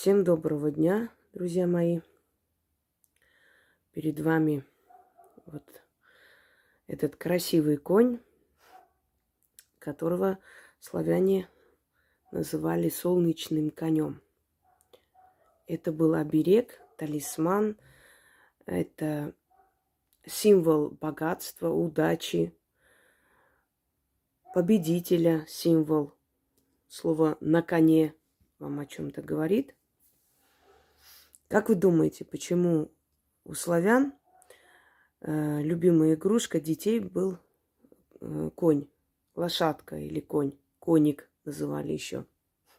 Всем доброго дня, друзья мои. Перед вами вот этот красивый конь, которого славяне называли солнечным конем. Это был оберег, талисман, это символ богатства, удачи, победителя, символ. Слово «на коне» вам о чем-то говорит. Как вы думаете, почему у славян любимая игрушка детей был конь, лошадка или конь, коник называли еще?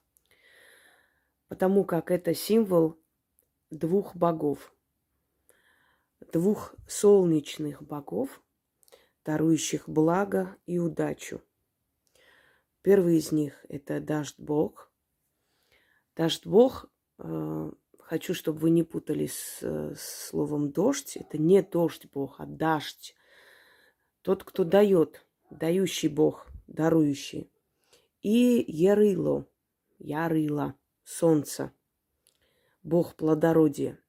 Потому как это символ двух богов, двух солнечных богов, дарующих благо и удачу. Первый из них – это Дажд-бог. Дажд-бог, хочу, чтобы вы не путали с словом «дождь». Это не дождь-бог, а дождь. Тот, кто дает, дающий бог, дарующий. И Ярыло, Ярыла, солнце, бог плодородия.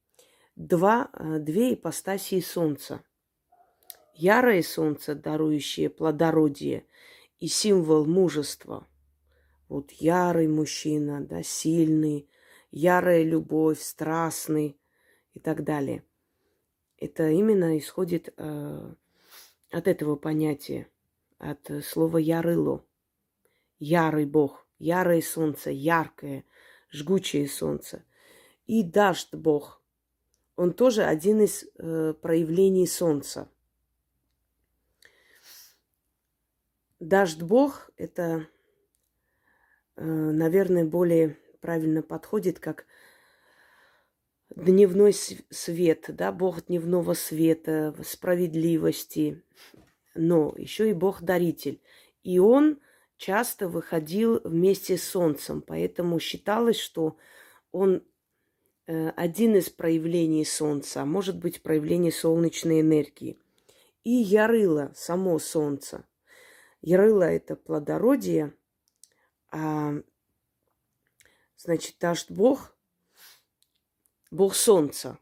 Две ипостаси солнца. Ярое солнце, дарующее плодородие, и символ мужества. Вот ярый мужчина, да, сильный, ярая любовь, страстный и так далее. Это именно исходит от этого понятия, от слова ярыло. Ярый бог, ярое солнце, яркое, жгучее солнце. И дождь бог. Он тоже один из проявлений солнца. Дождь бог – это, наверное, более правильно подходит как дневной свет, да, бог дневного света, справедливости, но еще и бог-даритель. И он часто выходил вместе с солнцем, поэтому считалось, что он один из проявлений солнца, а может быть проявление солнечной энергии. И Ярыло, само солнце. Ярыло – это плодородие, а значит, Дажд-бог – бог солнца.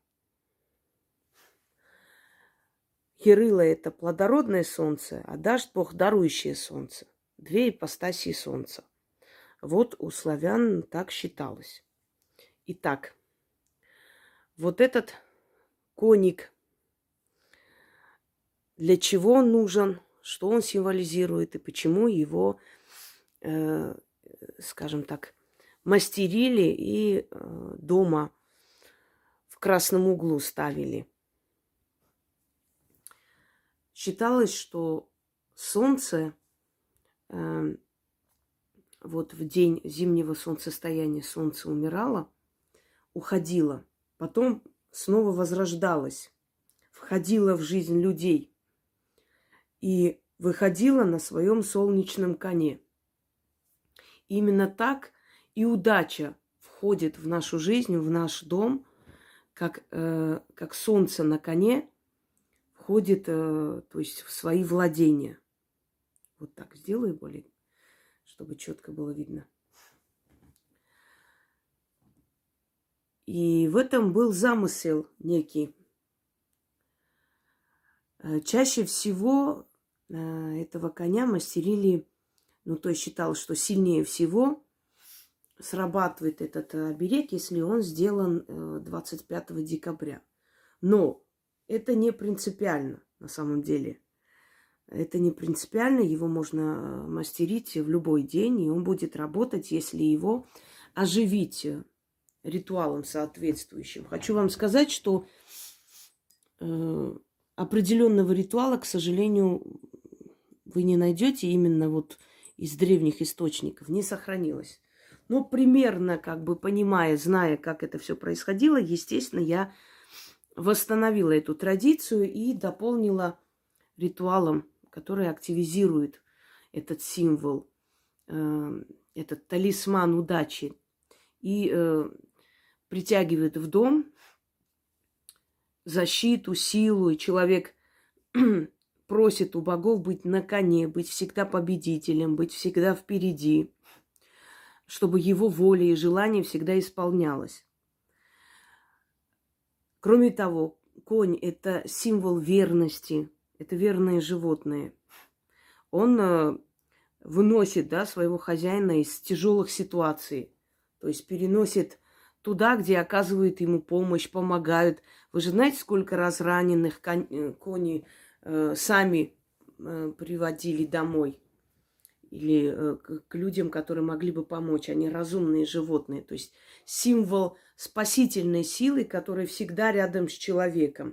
Ярыло – это плодородное солнце, а Дажд-бог – дарующее солнце. Две ипостаси солнца. Вот у славян так считалось. Итак, вот этот коник, для чего он нужен, что он символизирует и почему его, скажем так, мастерили и дома в красном углу ставили. Считалось, что солнце вот в день зимнего солнцестояния солнце умирало, уходило, потом снова возрождалось, входило в жизнь людей и выходило на своем солнечном коне. Именно так и удача входит в нашу жизнь, в наш дом, как солнце на коне входит, то есть в свои владения. Вот так сделаю более, чтобы четко было видно. И в этом был замысел некий. Чаще всего этого коня мастерили, то есть считалось, что сильнее всего срабатывает этот оберег, если он сделан 25 декабря. Но это не принципиально на самом деле. Это не принципиально, его можно мастерить в любой день, и он будет работать, если его оживить ритуалом соответствующим. Хочу вам сказать, что определенного ритуала, к сожалению, вы не найдете именно вот из древних источников, не сохранилось. Но примерно, понимая, зная, как это все происходило, естественно, я восстановила эту традицию и дополнила ритуалом, который активизирует этот символ, этот талисман удачи и притягивает в дом защиту, силу, и человек просит у богов быть на коне, быть всегда победителем, быть всегда впереди, чтобы его воля и желание всегда исполнялось. Кроме того, конь – это символ верности, это верное животное. Он выносит, да, своего хозяина из тяжелых ситуаций, то есть переносит туда, где оказывают ему помощь, помогают. Вы же знаете, сколько раз раненых кони сами приводили домой или к людям, которые могли бы помочь. Они разумные животные, то есть символ спасительной силы, которая всегда рядом с человеком.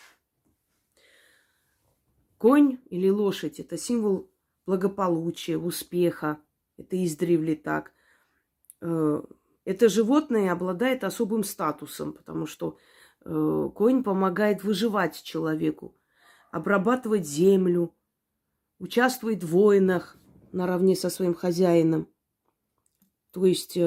Конь или лошадь – это символ благополучия, успеха. Это издревле так. Это животное обладает особым статусом, потому что конь помогает выживать человеку, обрабатывать землю, участвует в войнах наравне со своим хозяином. То есть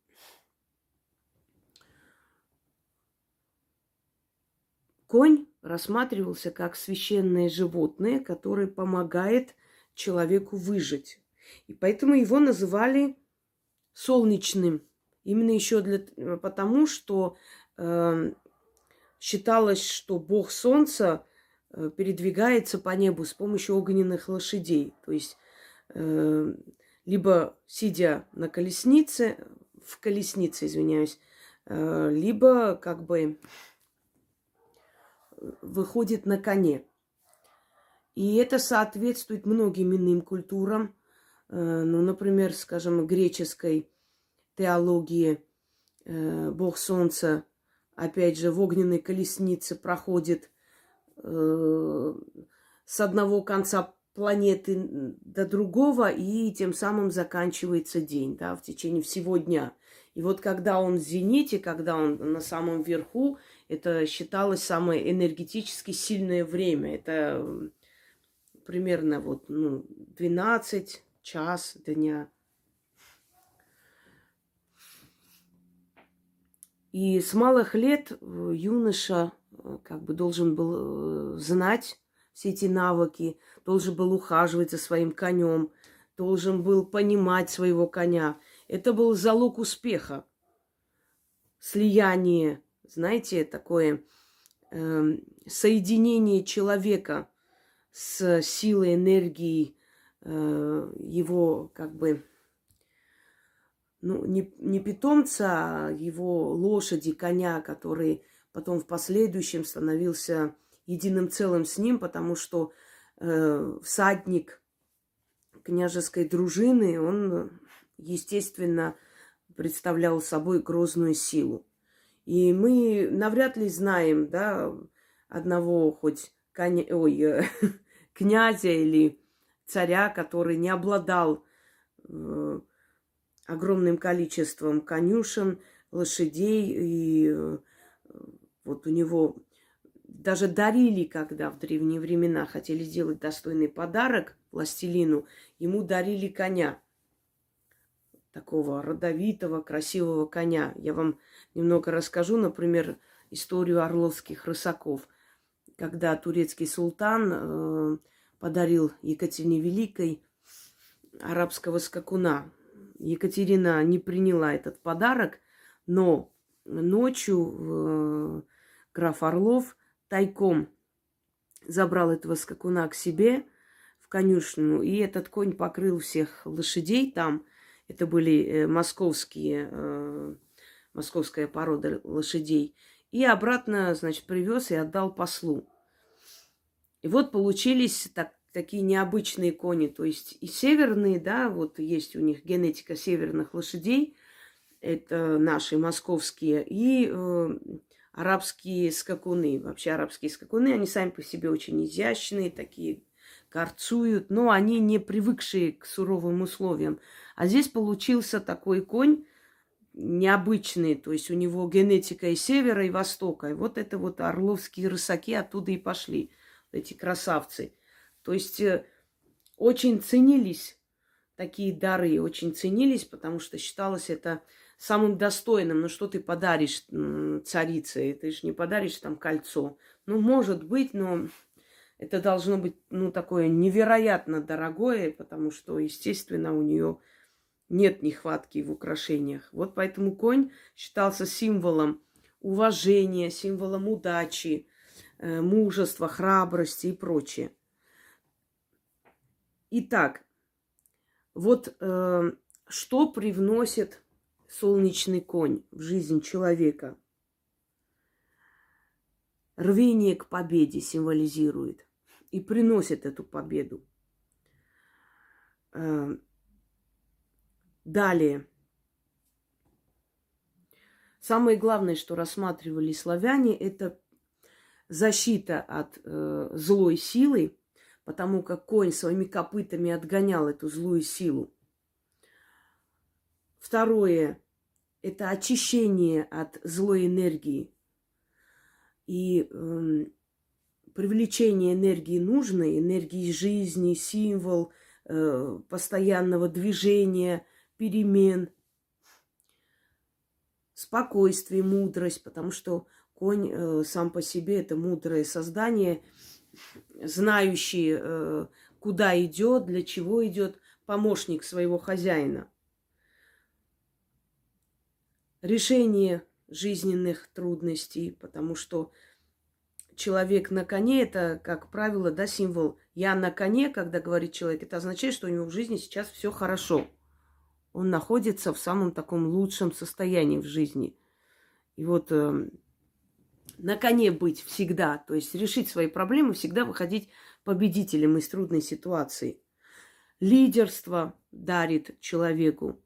конь рассматривался как священное животное, которое помогает человеку выжить. И поэтому его называли солнечным. Именно еще потому, что считалось, что бог солнца передвигается по небу с помощью огненных лошадей. То есть либо сидя на колеснице, в колеснице, извиняюсь, либо как бы выходит на коне. И это соответствует многим иным культурам. Ну, например, скажем, греческой теологии бог солнца, опять же, в огненной колеснице проходит с одного конца планеты до другого, и тем самым заканчивается день, да, в течение всего дня. И вот когда он в зените, когда он на самом верху, это считалось самое энергетически сильное время. Это примерно 12 час дня. И с малых лет юноша как бы должен был знать все эти навыки, должен был ухаживать за своим конем, должен был понимать своего коня. Это был залог успеха, слияние, знаете, такое соединение человека с силой, энергией его как бы, не питомца, а его лошади, коня, который потом в последующем становился единым целым с ним, потому что всадник княжеской дружины, он, естественно, представлял собой грозную силу. И мы навряд ли знаем, да, одного хоть князя или царя, который не обладал огромным количеством конюшен, лошадей. И вот у него даже дарили, когда в древние времена хотели сделать достойный подарок властелину, ему дарили коня. Такого родовитого, красивого коня. Я вам немного расскажу, например, историю орловских рысаков. Когда турецкий султан подарил Екатерине Великой арабского скакуна. Екатерина не приняла этот подарок, но ночью граф Орлов тайком забрал этого скакуна к себе в конюшню, и этот конь покрыл всех лошадей там. Это были московская порода лошадей. И обратно, значит, привез и отдал послу. И вот получились такие необычные кони. То есть и северные, да, вот есть у них генетика северных лошадей. Это наши московские. И арабские скакуны. Вообще арабские скакуны, они сами по себе очень изящные, такие горцуют. Но они не привыкшие к суровым условиям. А здесь получился такой конь необычный, то есть у него генетика и севера, и востока. И вот это вот орловские рысаки оттуда и пошли, эти красавцы. То есть очень ценились такие дары, очень ценились, потому что считалось это самым достойным. Ну что ты подаришь царице? Ты же не подаришь там кольцо. Ну, может быть, но это должно быть, такое невероятно дорогое, потому что, естественно, у нее нет нехватки в украшениях. Вот поэтому конь считался символом уважения, символом удачи, мужества, храбрости и прочее. Итак, вот что привносит солнечный конь в жизнь человека? Рвение к победе символизирует и приносит эту победу. Далее. Самое главное, что рассматривали славяне, это защита от злой силы, потому как конь своими копытами отгонял эту злую силу. Второе – это очищение от злой энергии и привлечение энергии нужной, энергии жизни, символ постоянного движения, перемен, спокойствие, мудрость, потому что конь сам по себе – это мудрое создание, знающий, куда идет, для чего идет, помощник своего хозяина. Решение жизненных трудностей, потому что человек на коне – это, как правило, да, символ «я на коне», когда говорит человек, это означает, что у него в жизни сейчас все хорошо. Он находится в самом таком лучшем состоянии в жизни. И вот на коне быть всегда, то есть решить свои проблемы, всегда выходить победителем из трудной ситуации. Лидерство дарит человеку.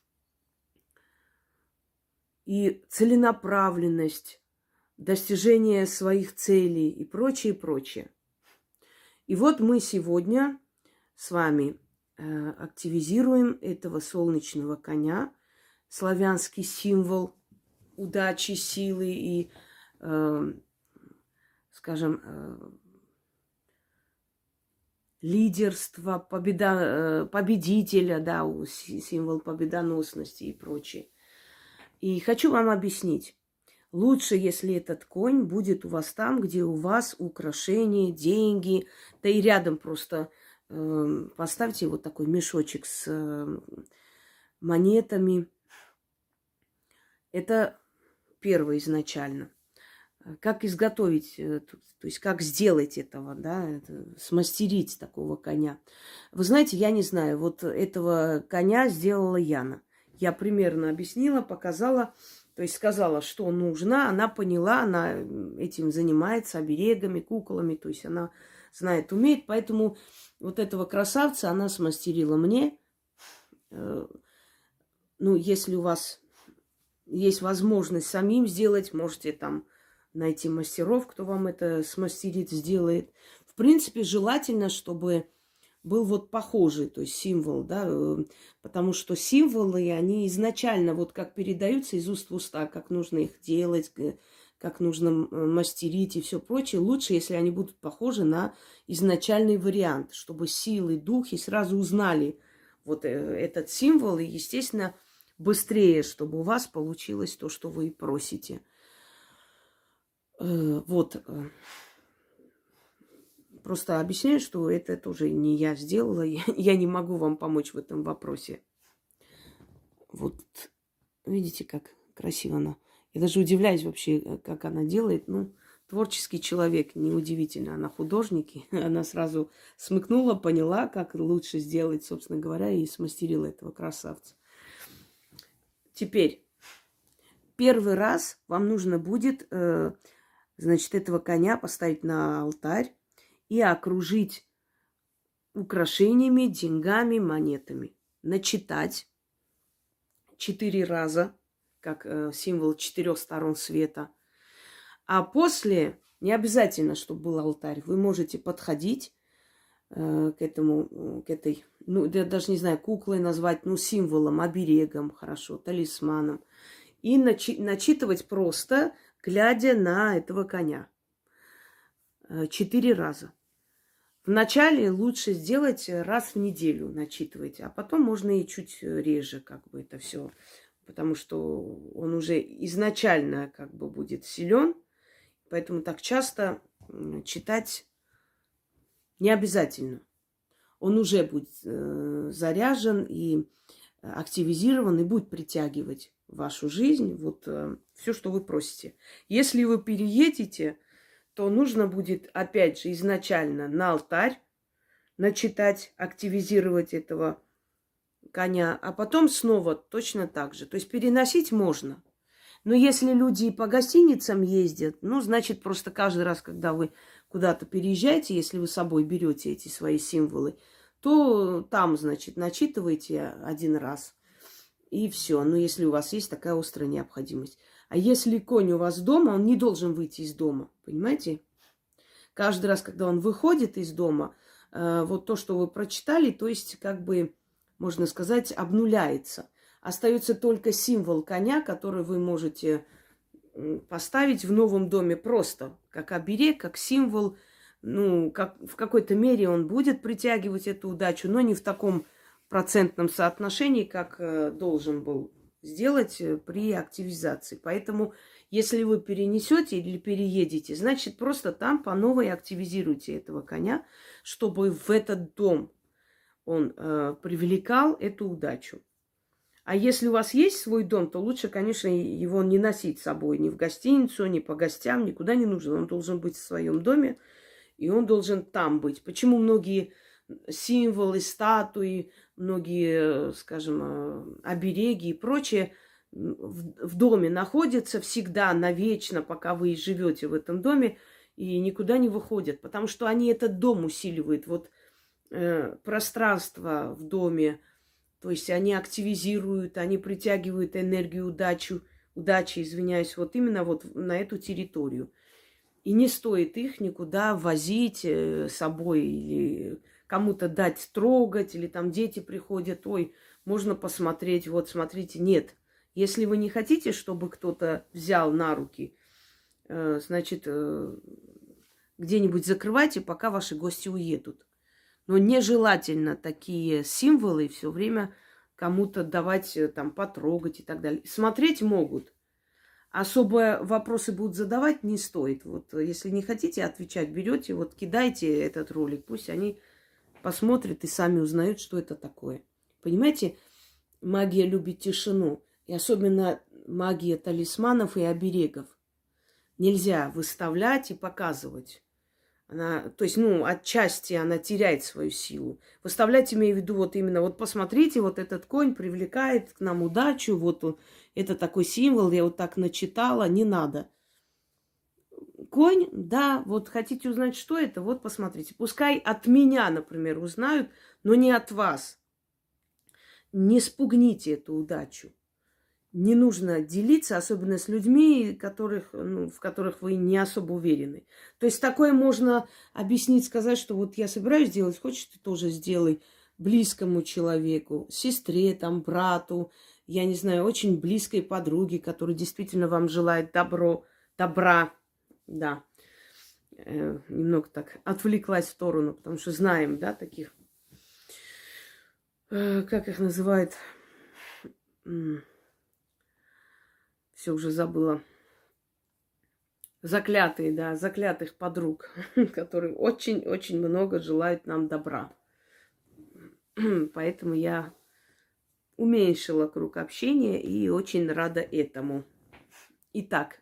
И целенаправленность, достижение своих целей и прочее, прочее. И вот мы сегодня с вами активизируем этого солнечного коня, славянский символ удачи, силы и, скажем, лидерства, победителя, да, символ победоносности и прочее. И хочу вам объяснить. Лучше, если этот конь будет у вас там, где у вас украшения, деньги, да и рядом просто поставьте вот такой мешочек с монетами. Это первое изначально. Как изготовить, то есть как сделать этого, да, смастерить такого коня. Вы знаете, я не знаю, вот этого коня сделала Яна. Я примерно объяснила, показала, то есть сказала, что нужно, она поняла, она этим занимается, оберегами, куколами, то есть она знает, умеет, поэтому вот этого красавца она смастерила мне. Ну, если у вас есть возможность самим сделать, можете там найти мастеров, кто вам это смастерит, сделает. В принципе, желательно, чтобы был вот похожий, то есть символ, да, потому что символы, они изначально вот как передаются из уст в уста, как нужно их делать, как нужно мастерить и все прочее. Лучше, если они будут похожи на изначальный вариант, чтобы силы, духи сразу узнали вот этот символ, и, естественно, быстрее, чтобы у вас получилось то, что вы просите. Вот. Просто объясняю, что это тоже не я сделала. Я не могу вам помочь в этом вопросе. Вот видите, как красиво она. Я даже удивляюсь вообще, как она делает. Ну, творческий человек, неудивительно. Она художник. Она сразу смыкнула, поняла, как лучше сделать, собственно говоря, и смастерила этого красавца. Теперь, первый раз вам нужно будет, значит, этого коня поставить на алтарь и окружить украшениями, деньгами, монетами. Начитать 4 раза, как символ 4 сторон света. А после, не обязательно, чтобы был алтарь, вы можете подходить к этой, ну, я даже не знаю, куклой назвать, ну, символом, оберегом, хорошо, талисманом. И начитывать просто, глядя на этого коня. 4 раза. Вначале лучше сделать раз в неделю, начитывать, а потом можно и чуть реже, как бы это все, потому что он уже изначально как бы будет силен, поэтому так часто читать не обязательно. Он уже будет заряжен, и активизирован и будет притягивать в вашу жизнь вот все, что вы просите. Если вы переедете, то нужно будет, опять же, изначально на алтарь начитать, активизировать этого коня, а потом снова точно так же. То есть переносить можно. Но если люди по гостиницам ездят, ну, значит, просто каждый раз, когда вы куда-то переезжаете, если вы с собой берете эти свои символы, то там, значит, начитываете один раз. И все. Ну, если у вас есть такая острая необходимость. А если конь у вас дома, он не должен выйти из дома. Понимаете? Каждый раз, когда он выходит из дома, вот то, что вы прочитали, то есть, как бы, можно сказать, обнуляется. Остается только символ коня, который вы можете поставить в новом доме просто, как оберег, как символ. Ну, как, в какой-то мере он будет притягивать эту удачу, но не в таком процентном соотношении, как должен был сделать при активизации. Поэтому, если вы перенесете или переедете, значит, просто там по новой активизируйте этого коня, чтобы в этот дом он привлекал эту удачу. А если у вас есть свой дом, то лучше, конечно, его не носить с собой ни в гостиницу, ни по гостям, никуда не нужен. Он должен быть в своем доме, и он должен там быть. Почему многие символы, статуи, многие, скажем, обереги и прочее в доме находятся всегда, навечно, пока вы живете в этом доме, и никуда не выходят, потому что они этот дом усиливают. Вот пространство в доме, то есть они активизируют, они притягивают энергию удачи, извиняюсь, вот именно вот на эту территорию. И не стоит их никуда возить с собой или кому-то дать трогать, или там дети приходят, ой, можно посмотреть, вот смотрите. Нет, если вы не хотите, чтобы кто-то взял на руки, значит, где-нибудь закрывайте, пока ваши гости уедут. Но нежелательно такие символы все время кому-то давать, там, потрогать и так далее. Смотреть могут. Особо вопросы будут задавать не стоит. Вот если не хотите отвечать, берете, вот кидайте этот ролик. Пусть они посмотрят и сами узнают, что это такое. Понимаете, магия любит тишину. И особенно магия талисманов и оберегов. Нельзя выставлять и показывать. Она, то есть, ну, отчасти она теряет свою силу. Выставлять, имею в виду, вот именно, вот посмотрите, вот этот конь привлекает к нам удачу, вот он, это такой символ, я вот так начитала, не надо. Конь, да, вот хотите узнать, что это, вот посмотрите. Пускай от меня, например, узнают, но не от вас. Не спугните эту удачу. Не нужно делиться, особенно с людьми, в которых вы не особо уверены. То есть такое можно объяснить, сказать, что вот я собираюсь сделать, хочешь, ты тоже сделай близкому человеку, сестре, там, брату, я не знаю, очень близкой подруге, которая действительно вам желает добра. Да. Немного так отвлеклась в сторону, потому что знаем, да, таких, как их называют... Все уже забыла. Заклятые, да, заклятых подруг, которые очень-очень много желают нам добра. Поэтому я уменьшила круг общения и очень рада этому. Итак,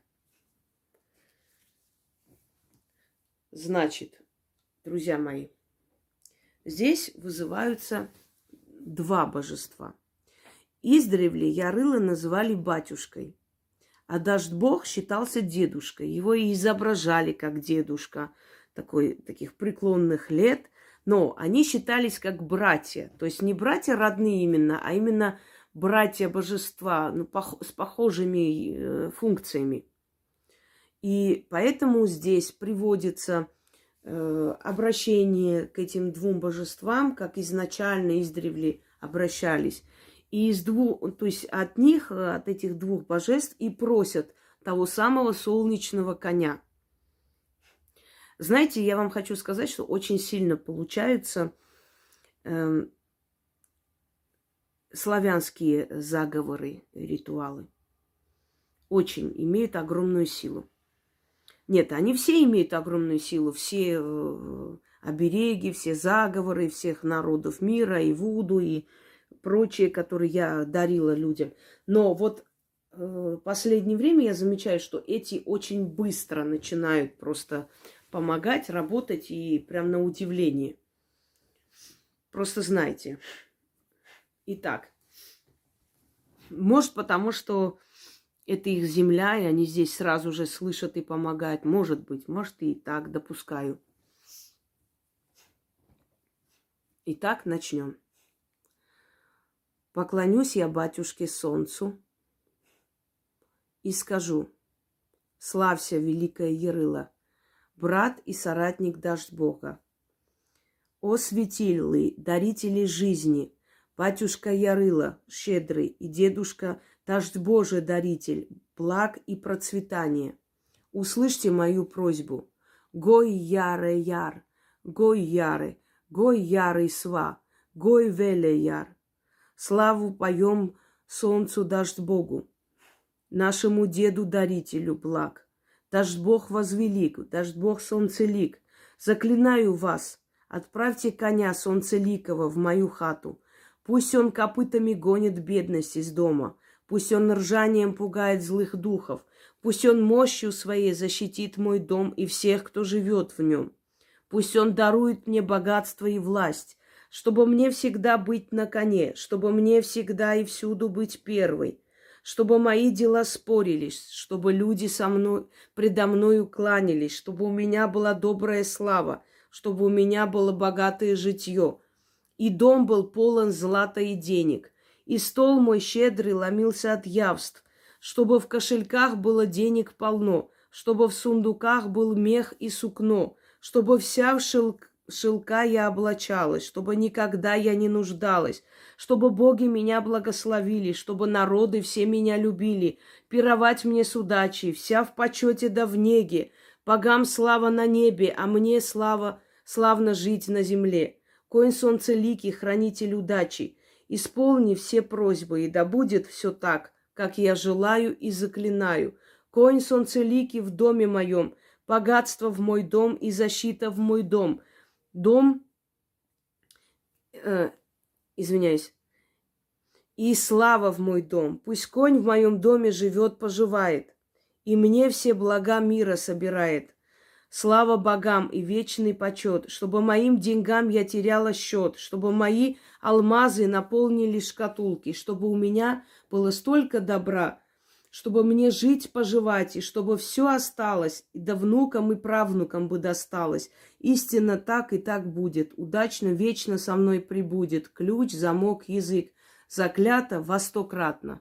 значит, друзья мои, здесь вызываются два божества. Издревле Ярыла называли батюшкой. А Даждь-бог считался дедушкой. Его и изображали как дедушка, таких преклонных лет. Но они считались как братья. То есть не братья родные именно, а именно братья божества, ну, с похожими функциями. И поэтому здесь приводится обращение к этим двум божествам, как изначально издревле обращались. И то есть от них, от этих двух божеств, и просят того самого солнечного коня. Знаете, я вам хочу сказать, что очень сильно получаются славянские заговоры, ритуалы. Очень имеют огромную силу. Нет, они все имеют огромную силу, все обереги, все заговоры всех народов мира, и вуду, и прочее, которые я дарила людям. Но вот в последнее время я замечаю, что эти очень быстро начинают просто помогать, работать и прям на удивление. Просто знайте. Итак, может потому, что это их земля, и они здесь сразу же слышат и помогают. Может быть, может и так, допускаю. Итак, начнем. Поклонюсь я батюшке Солнцу и скажу: славься, великая Ярыла, брат и соратник Дождь Бога. О светилы, дарители жизни, батюшка Ярыла, щедрый, и дедушка Дождь Божий, даритель благ и процветания. Услышьте мою просьбу. Гой яре яр, гой яре, гой ярый сва, гой веле яр. Славу поем солнцу Дождь Богу, нашему деду-дарителю благ. Дождь Бог возвелик, Дождь Бог солнцелик. Заклинаю вас, отправьте коня солнцеликого в мою хату. Пусть он копытами гонит бедность из дома. Пусть он ржанием пугает злых духов. Пусть он мощью своей защитит мой дом и всех, кто живет в нем. Пусть он дарует мне богатство и власть, чтобы мне всегда быть на коне, чтобы мне всегда и всюду быть первой, чтобы мои дела спорились, чтобы люди предо мною кланялись, чтобы у меня была добрая слава, чтобы у меня было богатое житье, и дом был полон злата и денег, и стол мой щедрый ломился от явств, чтобы в кошельках было денег полно, чтобы в сундуках был мех и сукно, чтобы вся в шелка я облачалась, чтобы никогда я не нуждалась, чтобы боги меня благословили, чтобы народы все меня любили, пировать мне с удачей, вся в почете да в неге, богам слава на небе, а мне славно жить на земле. Коин солнцеликий, хранитель удачи, исполни все просьбы, и да будет все так, как я желаю и заклинаю. Коин солнцеликий в доме моем, богатство в мой дом и защита в мой дом. И слава в мой дом. Пусть конь в моем доме живет, поживает, и мне все блага мира собирает. Слава богам и вечный почет, чтобы моим деньгам я теряла счет, чтобы мои алмазы наполнили шкатулки, чтобы у меня было столько добра, чтобы мне жить, поживать, и чтобы все осталось, и да внукам и правнукам бы досталось. Истинно так и так будет, удачно, вечно со мной прибудет, ключ, замок, язык, заклято во 100-кратно.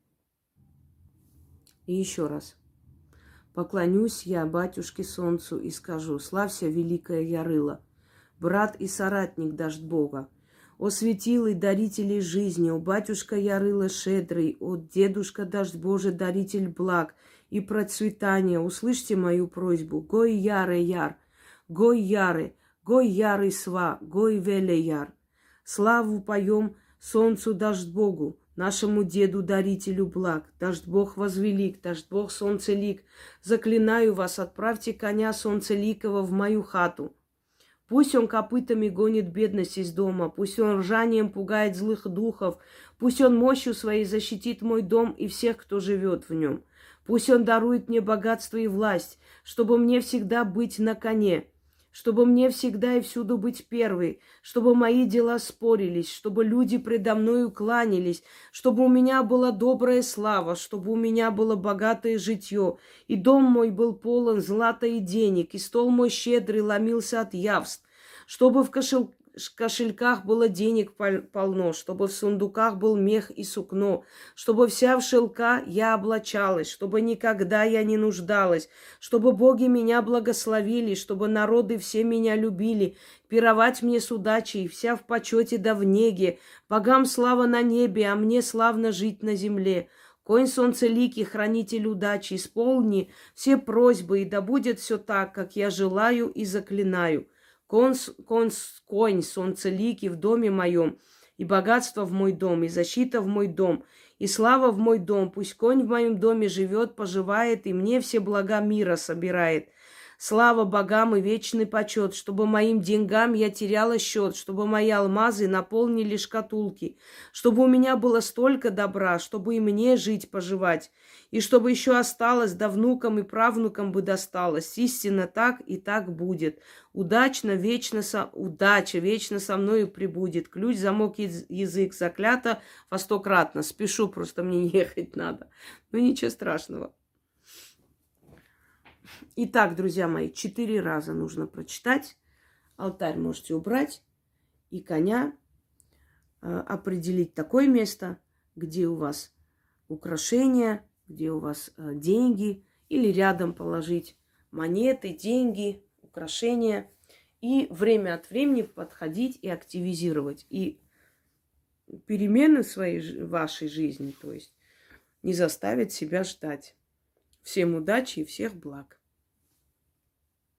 И еще раз. Поклонюсь я батюшке Солнцу и скажу: славься, великая Ярыла, брат и соратник Дождь Бога. О светилы, дарители жизни, о батюшка Ярыла щедрый, о дедушка Дождь Божий, даритель благ и процветания, услышьте мою просьбу. Гой яре яр, гой ярый сва, гой веле яр. Славу поем солнцу Дождь Богу, нашему деду-дарителю благ. Дождь Бог возвелик, Дождь Бог солнцелик. Заклинаю вас, отправьте коня солнцеликого в мою хату. Пусть он копытами гонит бедность из дома, пусть он ржанием пугает злых духов, пусть он мощью своей защитит мой дом и всех, кто живет в нем. Пусть он дарует мне богатство и власть, чтобы мне всегда быть на коне, чтобы мне всегда и всюду быть первой, чтобы мои дела спорились, чтобы люди предо мною кланялись, чтобы у меня была добрая слава, чтобы у меня было богатое житье, и дом мой был полон злата и денег, и стол мой щедрый ломился от явств, чтобы в кошельках было денег полно, чтобы в сундуках был мех и сукно, чтобы вся в шелка я облачалась, чтобы никогда я не нуждалась, чтобы боги меня благословили, чтобы народы все меня любили, пировать мне с удачей, вся в почете да в неге, богам слава на небе, а мне славно жить на земле. Конь солнцеликий, хранитель удачи, исполни все просьбы, и да будет все так, как я желаю и заклинаю. Конь солнцеликий в доме моем, и богатство в мой дом, и защита в мой дом, и слава в мой дом. Пусть конь в моем доме живет, поживает, и мне все блага мира собирает. Слава богам и вечный почет, чтобы моим деньгам я теряла счет, чтобы мои алмазы наполнили шкатулки, чтобы у меня было столько добра, чтобы и мне жить, поживать, и чтобы еще осталось, да внукам и правнукам бы досталось. Истинно так и так будет. Удача вечно со мною прибудет. Ключ, замок, язык заклято во 100-кратно. Спешу, просто мне ехать надо. Ну, ничего страшного. Итак, друзья мои, 4 раза нужно прочитать. Алтарь можете убрать. И коня определить такое место, где у вас украшения, где у вас деньги. Или рядом положить монеты, деньги, украшения. И время от времени подходить и активизировать. И перемены в вашей жизни, то есть, не заставить себя ждать. Всем удачи и всех благ.